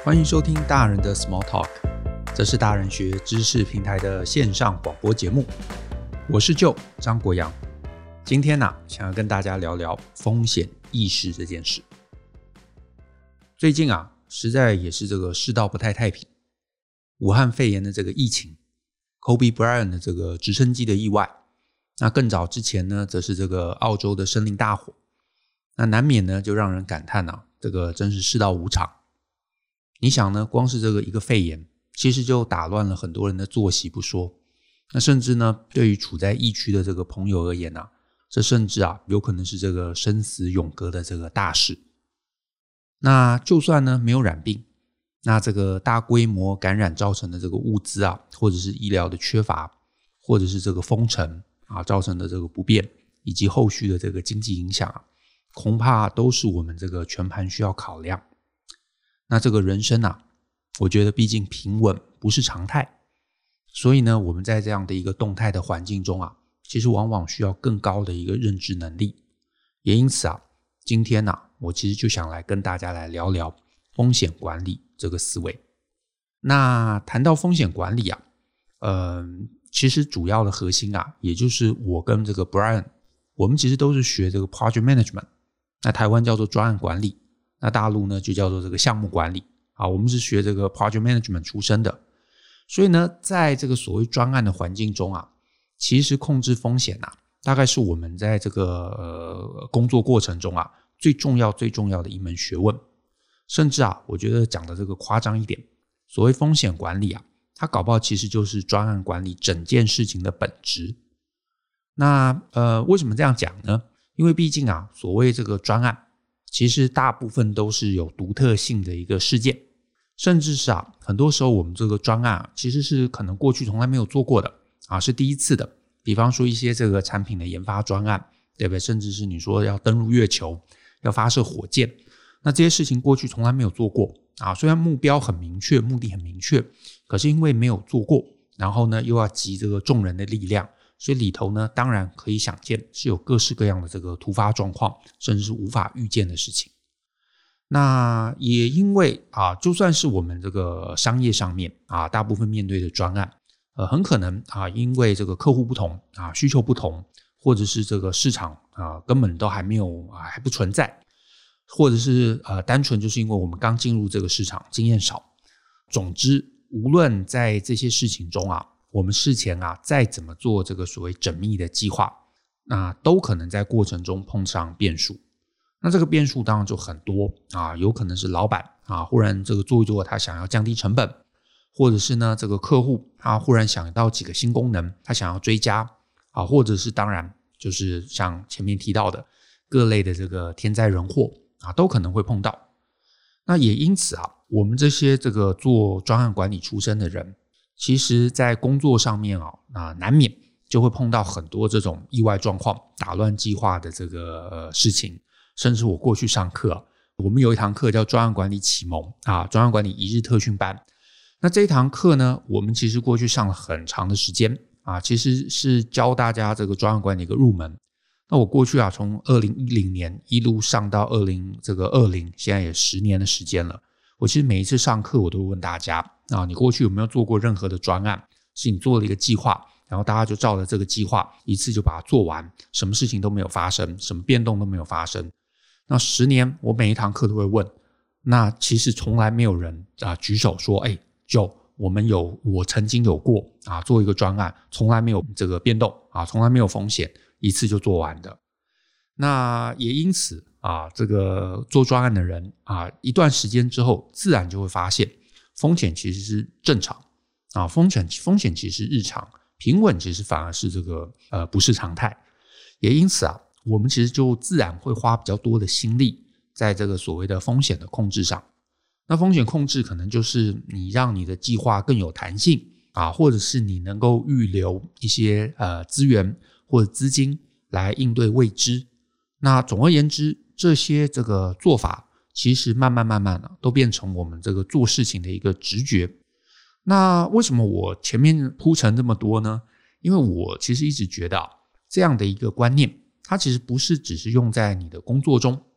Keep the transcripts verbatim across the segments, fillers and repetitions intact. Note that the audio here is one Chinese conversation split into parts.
欢迎收听大人的 Small Talk， 这是大人学知识平台的线上广播节目。我是Joe张国阳，今天啊，想要跟大家聊聊风险意识这件事。最近啊，实在也是这个世道不太太平，武汉肺炎的这个疫情， Kobe Bryant 的这个直升机的意外，那更早之前呢，则是这个澳洲的森林大火，那难免呢就让人感叹啊，这个真是世道无常。你想呢，光是这个一个肺炎，其实就打乱了很多人的作息不说，那甚至呢，对于处在疫区的这个朋友而言啊，这甚至啊有可能是这个生死永隔的这个大事。那就算呢没有染病，那这个大规模感染造成的这个物资啊，或者是医疗的缺乏，或者是这个封城啊造成的这个不便，以及后续的这个经济影响啊，恐怕都是我们这个全盘需要考量。那这个人生啊，我觉得毕竟平稳不是常态，所以呢，我们在这样的一个动态的环境中啊，其实往往需要更高的一个认知能力。也因此啊，今天啊，我其实就想来跟大家来聊聊风险管理这个思维。那谈到风险管理啊，呃，其实主要的核心啊，也就是我跟这个 Brian， 我们其实都是学这个 Project Management， 那台湾叫做专案管理，那大陆呢就叫做这个项目管理啊，我们是学这个 Project Management 出身的，所以呢，在这个所谓专案的环境中啊，其实控制风险啊，大概是我们在这个呃工作过程中啊最重要最重要的一门学问。甚至啊，我觉得讲的这个夸张一点，所谓风险管理啊，它搞不好其实就是专案管理整件事情的本质。那呃，为什么这样讲呢？因为毕竟啊，所谓这个专案，其实大部分都是有独特性的一个事件，甚至是啊，很多时候我们这个专案啊，其实是可能过去从来没有做过的啊，是第一次的。比方说一些这个产品的研发专案，对不对？甚至是你说要登陆月球，要发射火箭，那这些事情过去从来没有做过啊。虽然目标很明确，目的很明确，可是因为没有做过，然后呢又要集这个众人的力量，所以里头呢，当然可以想见是有各式各样的这个突发状况，甚至是无法预见的事情。那也因为啊，就算是我们这个商业上面啊，大部分面对的专案，呃，很可能啊，因为这个客户不同啊，需求不同，或者是这个市场啊根本都还没有啊还不存在，或者是呃单纯就是因为我们刚进入这个市场，经验少。总之，无论在这些事情中啊，我们事前啊再怎么做这个所谓缜密的计划，那都可能在过程中碰上变数。那这个变数当然就很多啊，有可能是老板啊忽然这个做一做，他想要降低成本，或者是呢这个客户他忽然想到几个新功能，他想要追加啊，或者是当然就是像前面提到的各类的这个天灾人祸啊，都可能会碰到。那也因此啊，我们这些这个做专案管理出身的人，其实在工作上面啊，啊难免就会碰到很多这种意外状况，打乱计划的这个、呃、事情。甚至我过去上课、啊、我们有一堂课叫专案管理启蒙啊，专案管理一日特训班。那这一堂课呢，我们其实过去上了很长的时间啊，其实是教大家这个专案管理一个入门。那我过去啊，从二零一零年一路上到二零这个二零，现在也十年的时间了。我其实每一次上课，我都问大家啊，你过去有没有做过任何的专案？是你做了一个计划，然后大家就照着这个计划一次就把它做完，什么事情都没有发生，什么变动都没有发生。那十年，我每一堂课都会问，那其实从来没有人啊举手说，哎，就我们有，我曾经有过啊，做一个专案，从来没有这个变动啊，从来没有风险，一次就做完的。那也因此啊，这个做专案的人啊，一段时间之后，自然就会发现风险其实是正常啊，风险风险其实是日常，平稳其实反而是这个呃不是常态。也因此啊，我们其实就自然会花比较多的心力在这个所谓的风险的控制上。那风险控制可能就是你让你的计划更有弹性啊，或者是你能够预留一些呃资源或者资金来应对未知。那总而言之，这些这个做法其实慢慢慢慢、啊、都变成我们这个做事情的一个直觉。那为什么我前面铺陈这么多呢？因为我其实一直觉得、啊、这样的一个观念，它其实不是只是用在你的工作中，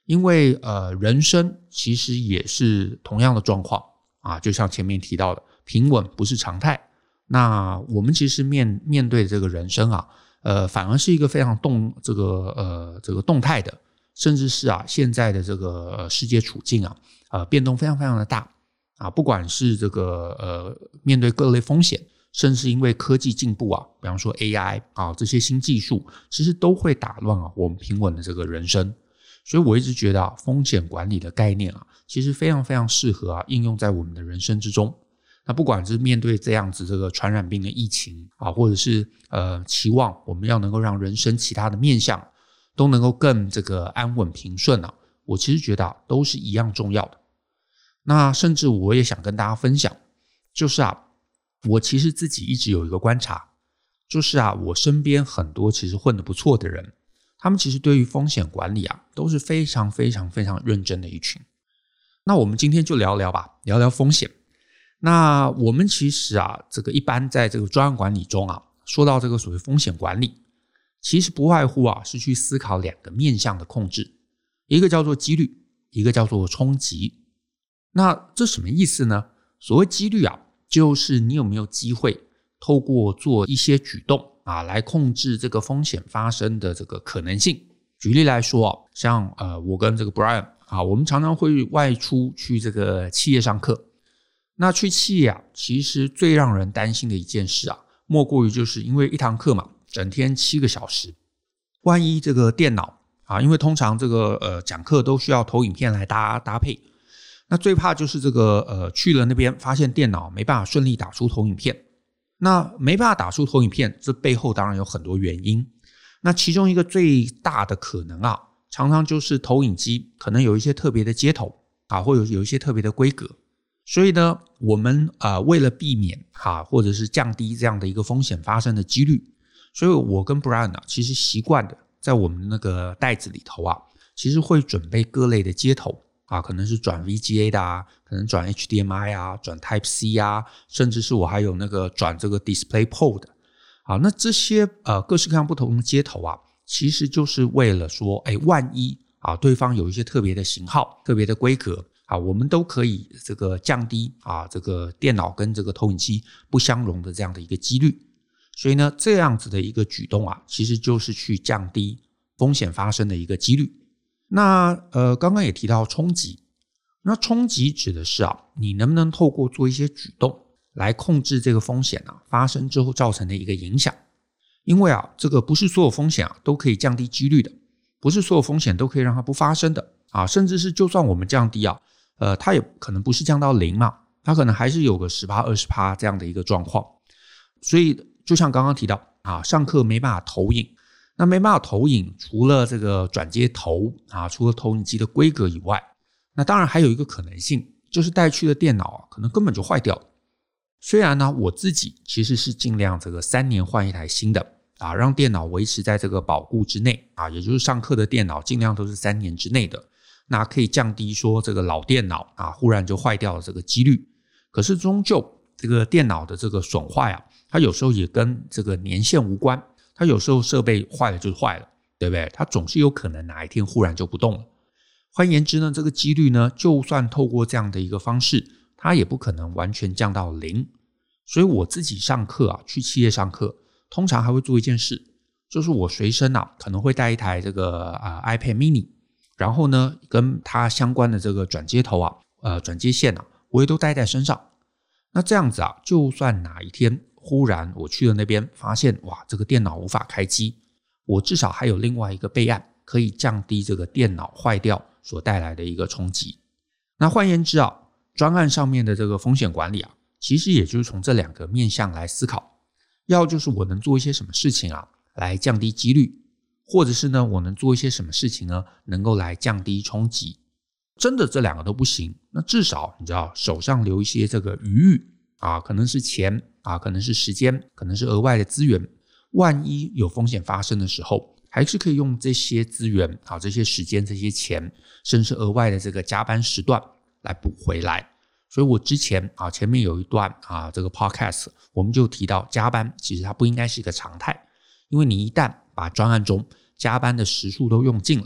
因为呃，人生其实也是同样的状况啊，就像前面提到的，平稳不是常态。那我们其实面面对这个人生啊，呃，反而是一个非常动这个呃这个动态的，甚至是啊现在的这个、呃、世界处境啊，呃变动非常非常的大啊，不管是这个呃面对各类风险，甚至因为科技进步啊，比方说 A I 啊这些新技术，其实都会打乱啊我们平稳的这个人生。所以我一直觉得啊，风险管理的概念啊，其实非常非常适合啊应用在我们的人生之中。那不管是面对这样子这个传染病的疫情啊，或者是呃期望我们要能够让人生其他的面向都能够更这个安稳平顺啊，我其实觉得啊都是一样重要的。那甚至我也想跟大家分享，就是啊，我其实自己一直有一个观察，就是啊，我身边很多其实混得不错的人，他们其实对于风险管理啊都是非常非常非常认真的一群。那我们今天就聊聊吧，聊聊风险。那我们其实啊，这个一般在这个专案管理中啊，说到这个所谓风险管理，其实不外乎啊是去思考两个面向的控制，一个叫做几率，一个叫做冲击。那这什么意思呢？所谓几率啊，就是你有没有机会透过做一些举动啊，来控制这个风险发生的这个可能性。举例来说啊，像呃我跟这个 Brian 啊，我们常常会外出去这个企业上课。那去企业啊，其实最让人担心的一件事啊，莫过于就是因为一堂课嘛，整天七个小时，万一这个电脑啊，因为通常这个呃讲课都需要投影片来搭搭配，那最怕就是这个呃去了那边发现电脑没办法顺利打出投影片。那没办法打出投影片，这背后当然有很多原因。那其中一个最大的可能啊，常常就是投影机可能有一些特别的接头啊，或者有一些特别的规格。所以呢，我们呃为了避免哈、啊，或者是降低这样的一个风险发生的几率，所以我跟 Brian 啊，其实习惯的在我们那个袋子里头啊，其实会准备各类的接头啊，可能是转 V G A 的啊，可能转 H D M I 啊，转 Type C 啊，甚至是我还有那个转这个 DisplayPort 的啊，那这些呃各式各样不同的接头啊，其实就是为了说，哎，万一啊对方有一些特别的型号、特别的规格。啊，我们都可以这个降低啊，这个电脑跟这个投影机不相容的这样的一个几率。所以呢，这样子的一个举动啊，其实就是去降低风险发生的一个几率。那呃，刚刚也提到冲击，那冲击指的是啊，你能不能透过做一些举动来控制这个风险啊发生之后造成的一个影响。因为啊，这个不是所有风险啊都可以降低几率的，不是所有风险都可以让它不发生的啊，甚至是就算我们降低啊。呃，它也可能不是降到零嘛，它可能还是有个 百分之十、百分之二十 这样的一个状况。所以就像刚刚提到啊，上课没办法投影，那没办法投影，除了这个转接头啊，除了投影机的规格以外，那当然还有一个可能性，就是带去的电脑啊，可能根本就坏掉了。虽然呢，我自己其实是尽量这个三年换一台新的啊，让电脑维持在这个保固之内啊，也就是上课的电脑尽量都是三年之内的。那可以降低说这个老电脑啊忽然就坏掉的这个几率。可是终究这个电脑的这个损坏啊，它有时候也跟这个年限无关，它有时候设备坏了就坏了，对不对？它总是有可能哪一天忽然就不动了。换言之呢，这个几率呢，就算透过这样的一个方式，它也不可能完全降到零。所以我自己上课啊，去企业上课，通常还会做一件事，就是我随身啊可能会带一台这个、呃、iPad mini。然后呢，跟它相关的这个转接头啊，呃，转接线啊，我也都带在身上。那这样子啊，就算哪一天忽然我去了那边，发现哇，这个电脑无法开机，我至少还有另外一个备案，可以降低这个电脑坏掉所带来的一个冲击。那换言之啊，专案上面的这个风险管理啊，其实也就是从这两个面向来思考，要就是我能做一些什么事情啊，来降低几率。或者是呢，我能做一些什么事情呢，能够来降低冲击。真的这两个都不行，那至少你知道手上留一些这个余裕啊，可能是钱啊，可能是时间，可能是额外的资源。万一有风险发生的时候，还是可以用这些资源啊，这些时间，这些钱，甚至额外的这个加班时段来补回来。所以我之前啊，前面有一段啊，这个 podcast 我们就提到加班其实它不应该是一个常态，因为你一旦把专案中加班的时数都用尽了，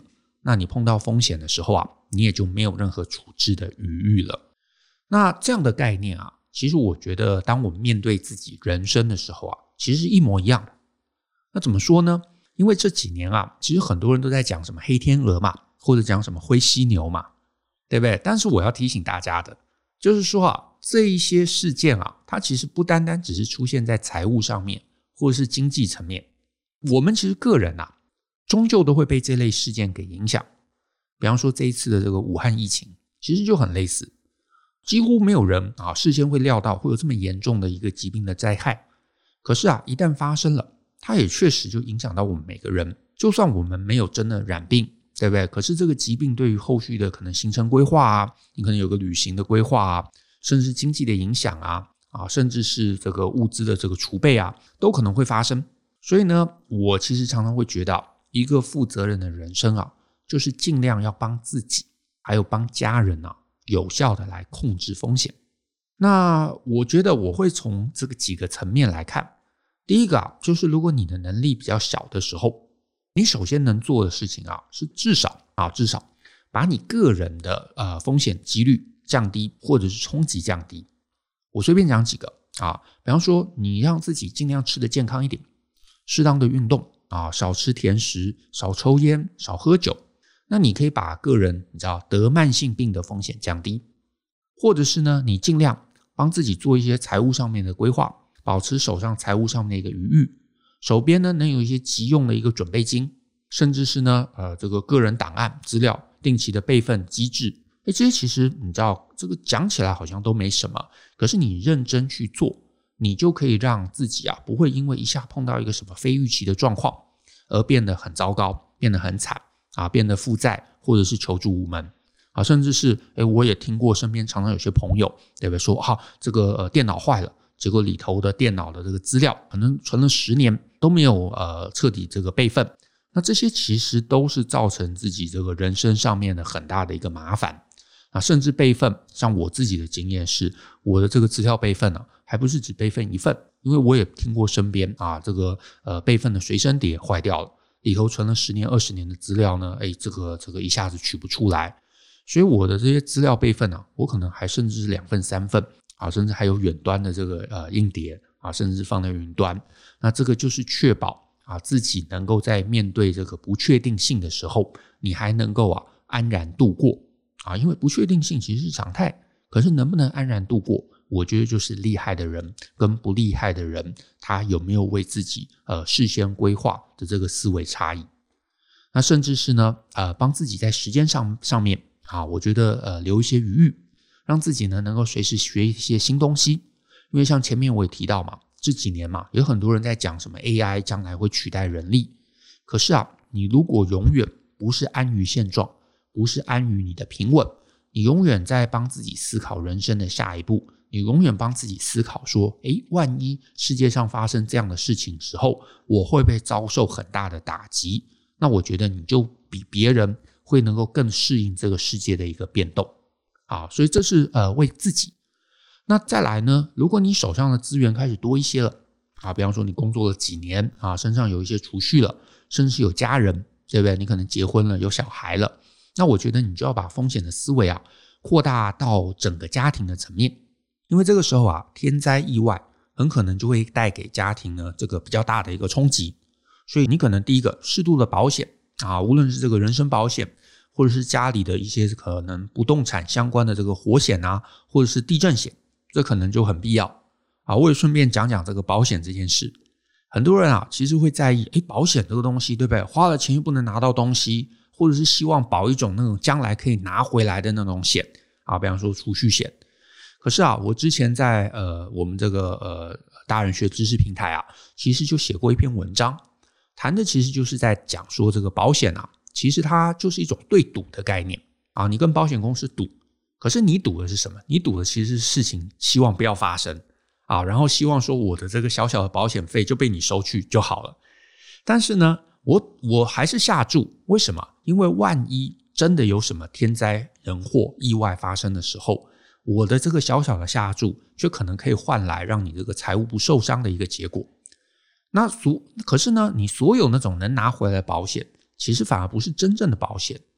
那你碰到风险的时候啊，你也就没有任何处置的余裕了。那这样的概念啊，其实我觉得当我们面对自己人生的时候啊，其实是一模一样的。那怎么说呢？因为这几年啊，其实很多人都在讲什么黑天鹅嘛，或者讲什么灰犀牛嘛，对不对？但是我要提醒大家的就是说啊，这一些事件啊，它其实不单单只是出现在财务上面或者是经济层面，我们其实个人啊终究都会被这类事件给影响。比方说这一次的这个武汉疫情其实就很类似，几乎没有人啊事先会料到会有这么严重的一个疾病的灾害，可是啊一旦发生了，它也确实就影响到我们每个人。就算我们没有真的染病，对不对？可是这个疾病对于后续的可能行程规划啊，你可能有个旅行的规划啊，甚至经济的影响啊，啊，甚至是这个物资的这个储备啊，都可能会发生。所以呢，我其实常常会觉得，一个负责任的人生啊，就是尽量要帮自己，还有帮家人啊，有效的来控制风险。那我觉得我会从这个几个层面来看。第一个啊，就是如果你的能力比较小的时候，你首先能做的事情啊，是至少啊，至少把你个人的呃风险几率降低，或者是冲击降低。我随便讲几个啊，比方说你让自己尽量吃得健康一点，适当的运动啊，少吃甜食，少抽烟，少喝酒。那你可以把个人你知道得慢性病的风险降低，或者是呢，你尽量帮自己做一些财务上面的规划，保持手上财务上面的一个余裕，手边呢能有一些急用的一个准备金，甚至是呢呃这个个人档案资料定期的备份机制。诶这些其实你知道这个讲起来好像都没什么，可是你认真去做，你就可以让自己啊不会因为一下碰到一个什么非预期的状况而变得很糟糕，变得很惨啊，变得负债或者是求助无门啊，甚至是诶我也听过身边常常有些朋友对不对说啊这个呃电脑坏了，结果里头的电脑的这个资料可能存了十年都没有呃彻底这个备份，那这些其实都是造成自己这个人生上面的很大的一个麻烦啊，甚至备份，像我自己的经验是，我的这个资料备份啊，还不是只备份一份，因为我也听过身边啊这个呃备份的随身碟坏掉了，里头存了十年二十年的资料呢，哎这个这个一下子取不出来，所以我的这些资料备份啊，我可能还甚至是两份三份啊，甚至还有远端的这个呃硬碟啊，甚至放在云端。那这个就是确保啊自己能够在面对这个不确定性的时候，你还能够啊安然度过啊，因为不确定性其实是常态，可是能不能安然度过，我觉得就是厉害的人跟不厉害的人，他有没有为自己呃事先规划的这个思维差异。那甚至是呢呃帮自己在时间上上面啊，我觉得呃留一些余裕，让自己呢能够随时学一些新东西。因为像前面我也提到嘛，这几年嘛有很多人在讲什么 A I 将来会取代人力，可是啊你如果永远不是安于现状，不是安于你的平稳，你永远在帮自己思考人生的下一步，你永远帮自己思考说诶万一世界上发生这样的事情时候，我会不会遭受很大的打击，那我觉得你就比别人会能够更适应这个世界的一个变动啊，所以这是呃为自己。那再来呢，如果你手上的资源开始多一些了啊，比方说你工作了几年啊，身上有一些储蓄了，甚至是有家人，对不对？你可能结婚了，有小孩了，那我觉得你就要把风险的思维啊扩大到整个家庭的层面，因为这个时候啊，天灾意外很可能就会带给家庭呢这个比较大的一个冲击，所以你可能第一个适度的保险啊，无论是这个人身保险，或者是家里的一些可能不动产相关的这个火险啊，或者是地震险，这可能就很必要啊。我也顺便讲讲这个保险这件事。很多人啊其实会在意诶保险这个东西对不对，花了钱又不能拿到东西，或者是希望保一种那种将来可以拿回来的那种险啊，比方说储蓄险。可是啊我之前在呃我们这个呃大人学知识平台啊，其实就写过一篇文章，谈的其实就是在讲说这个保险啊，其实它就是一种对赌的概念啊，你跟保险公司赌，可是你赌的是什么？你赌的其实是事情希望不要发生啊，然后希望说我的这个小小的保险费就被你收去就好了。但是呢我我还是下注，为什么？因为万一真的有什么天灾人祸意外发生的时候，我的这个小小的下注就可能可以换来让你这个财务不受伤的一个结果。那可是呢你所有那种能拿回来的保险其实反而不是真正的保险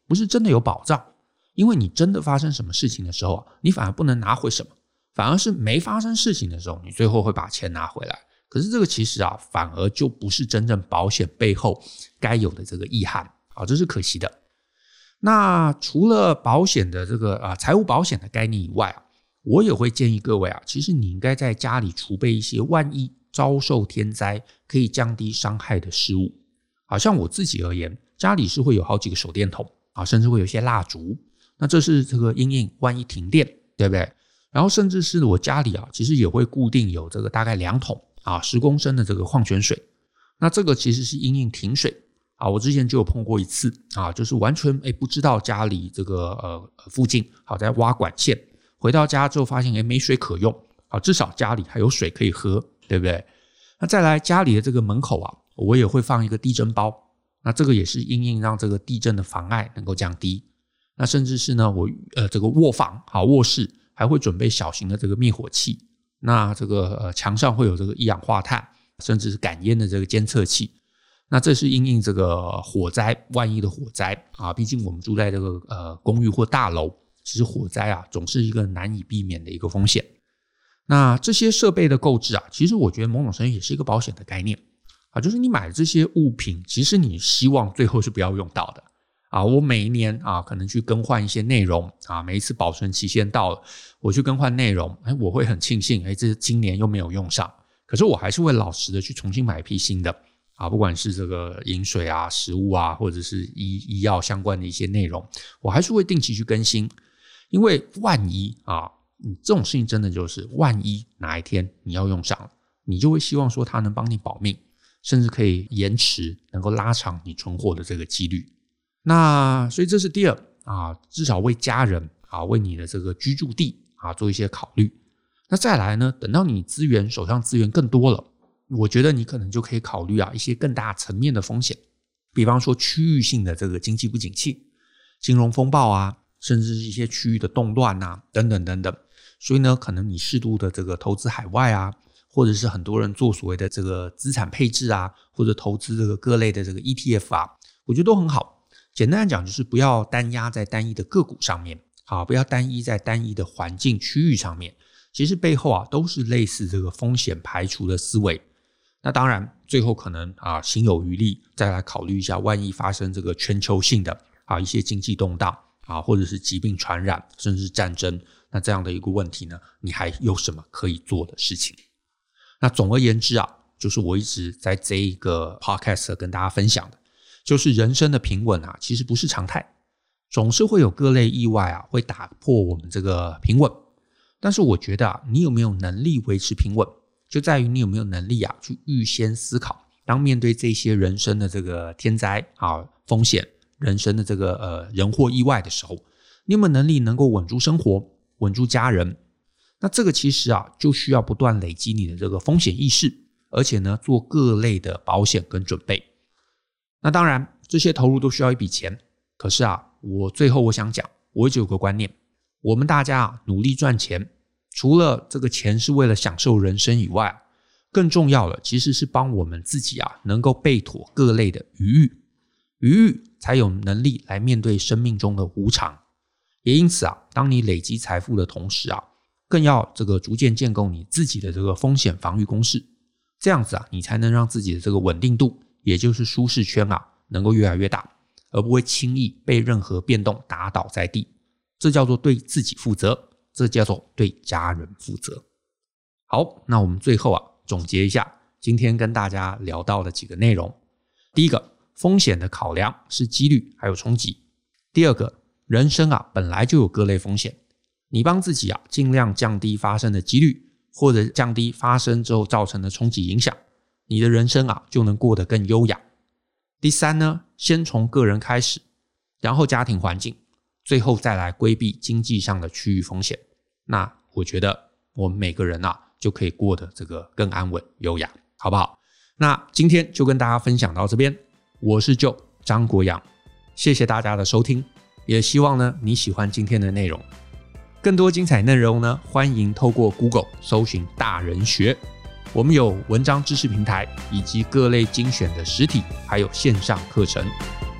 不是真的有保障，因为你真的发生什么事情的时候啊，你反而不能拿回什么，反而是没发生事情的时候，你最后会把钱拿回来。可是这个其实啊，反而就不是真正保险背后该有的这个意涵啊，这是可惜的。那除了保险的这个啊财务保险的概念以外啊，我也会建议各位啊，其实你应该在家里储备一些万一遭受天灾可以降低伤害的事物。好像我自己而言，家里是会有好几个手电筒啊，甚至会有一些蜡烛。那这是这个因应万一停电，对不对？然后甚至是我家里啊，其实也会固定有这个大概两桶啊十公升的这个矿泉水。那这个其实是因应停水啊，我之前就有碰过一次啊，就是完全诶不知道家里这个呃附近好在挖管线，回到家之后发现诶没水可用，好至少家里还有水可以喝，对不对？那再来家里的这个门口啊，我也会放一个地震包，那这个也是因应让这个地震的妨碍能够降低。那甚至是呢，我呃这个卧房好卧室还会准备小型的这个灭火器，那这个呃墙上会有这个一氧化碳，甚至是感烟的这个监测器。那这是因应这个火灾，万一的火灾啊，毕竟我们住在这个呃公寓或大楼，其实火灾啊总是一个难以避免的一个风险。那这些设备的购置啊，其实我觉得某种程度也是一个保险的概念啊，就是你买的这些物品，其实你希望最后是不要用到的啊。我每一年啊可能去更换一些内容啊，每一次保存期限到了，我去更换内容，哎，我会很庆幸，哎，这今年又没有用上，可是我还是会老实的去重新买一批新的。啊，不管是这个饮水啊、食物啊，或者是医医药相关的一些内容，我还是会定期去更新，因为万一啊，这种事情真的就是万一哪一天你要用上了，你就会希望说它能帮你保命，甚至可以延迟，能够拉长你存活的这个几率。那所以这是第二啊，至少为家人啊，为你的这个居住地啊做一些考虑。那再来呢，等到你资源手上资源更多了，我觉得你可能就可以考虑啊一些更大层面的风险，比方说区域性的这个经济不景气、金融风暴啊，甚至是一些区域的动乱啊，等等等等。所以呢，可能你适度的这个投资海外啊，或者是很多人做所谓的这个资产配置啊，或者投资这个各类的这个 E T F 啊，我觉得都很好。简单来讲，就是不要单压在单一的个股上面，好，不要单一在单一的环境区域上面。其实背后啊都是类似这个风险排除的思维。那当然最后可能啊心有余力再来考虑一下，万一发生这个全球性的啊一些经济动荡啊，或者是疾病传染，甚至是战争，那这样的一个问题呢，你还有什么可以做的事情？那总而言之啊，就是我一直在这一个 podcast 跟大家分享的，就是人生的平稳啊其实不是常态，总是会有各类意外啊会打破我们这个平稳。但是我觉得啊，你有没有能力维持平稳，就在于你有没有能力啊去预先思考，当面对这些人生的这个天灾啊风险，人生的这个呃人祸意外的时候，你有没有能力能够稳住生活，稳住家人？那这个其实啊就需要不断累积你的这个风险意识，而且呢做各类的保险跟准备。那当然这些投入都需要一笔钱，可是啊我最后我想讲，我一直有个观念，我们大家啊努力赚钱，除了这个钱是为了享受人生以外，更重要的其实是帮我们自己啊能够备妥各类的余裕，余裕才有能力来面对生命中的无常。也因此啊，当你累积财富的同时啊，更要这个逐渐建构你自己的这个风险防御公式，这样子啊，你才能让自己的这个稳定度，也就是舒适圈啊，能够越来越大，而不会轻易被任何变动打倒在地。这叫做对自己负责，这叫做对家人负责。好，那我们最后啊总结一下今天跟大家聊到的几个内容。第一个，风险的考量是几率还有冲击。第二个，人生啊本来就有各类风险，你帮自己啊尽量降低发生的几率，或者降低发生之后造成的冲击影响，你的人生啊就能过得更优雅。第三呢，先从个人开始，然后家庭环境，最后再来规避经济上的区域风险。那我觉得我们每个人啊就可以过得这个更安稳优雅，好不好？那今天就跟大家分享到这边，我是Joe张国洋，谢谢大家的收听，也希望呢你喜欢今天的内容。更多精彩内容呢，欢迎透过 Google 搜寻大人学，我们有文章知识平台以及各类精选的实体还有线上课程，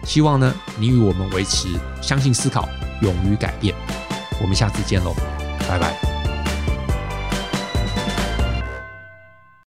希望呢，你与我们维持相信思考，勇于改变。我们下次见喽，拜拜。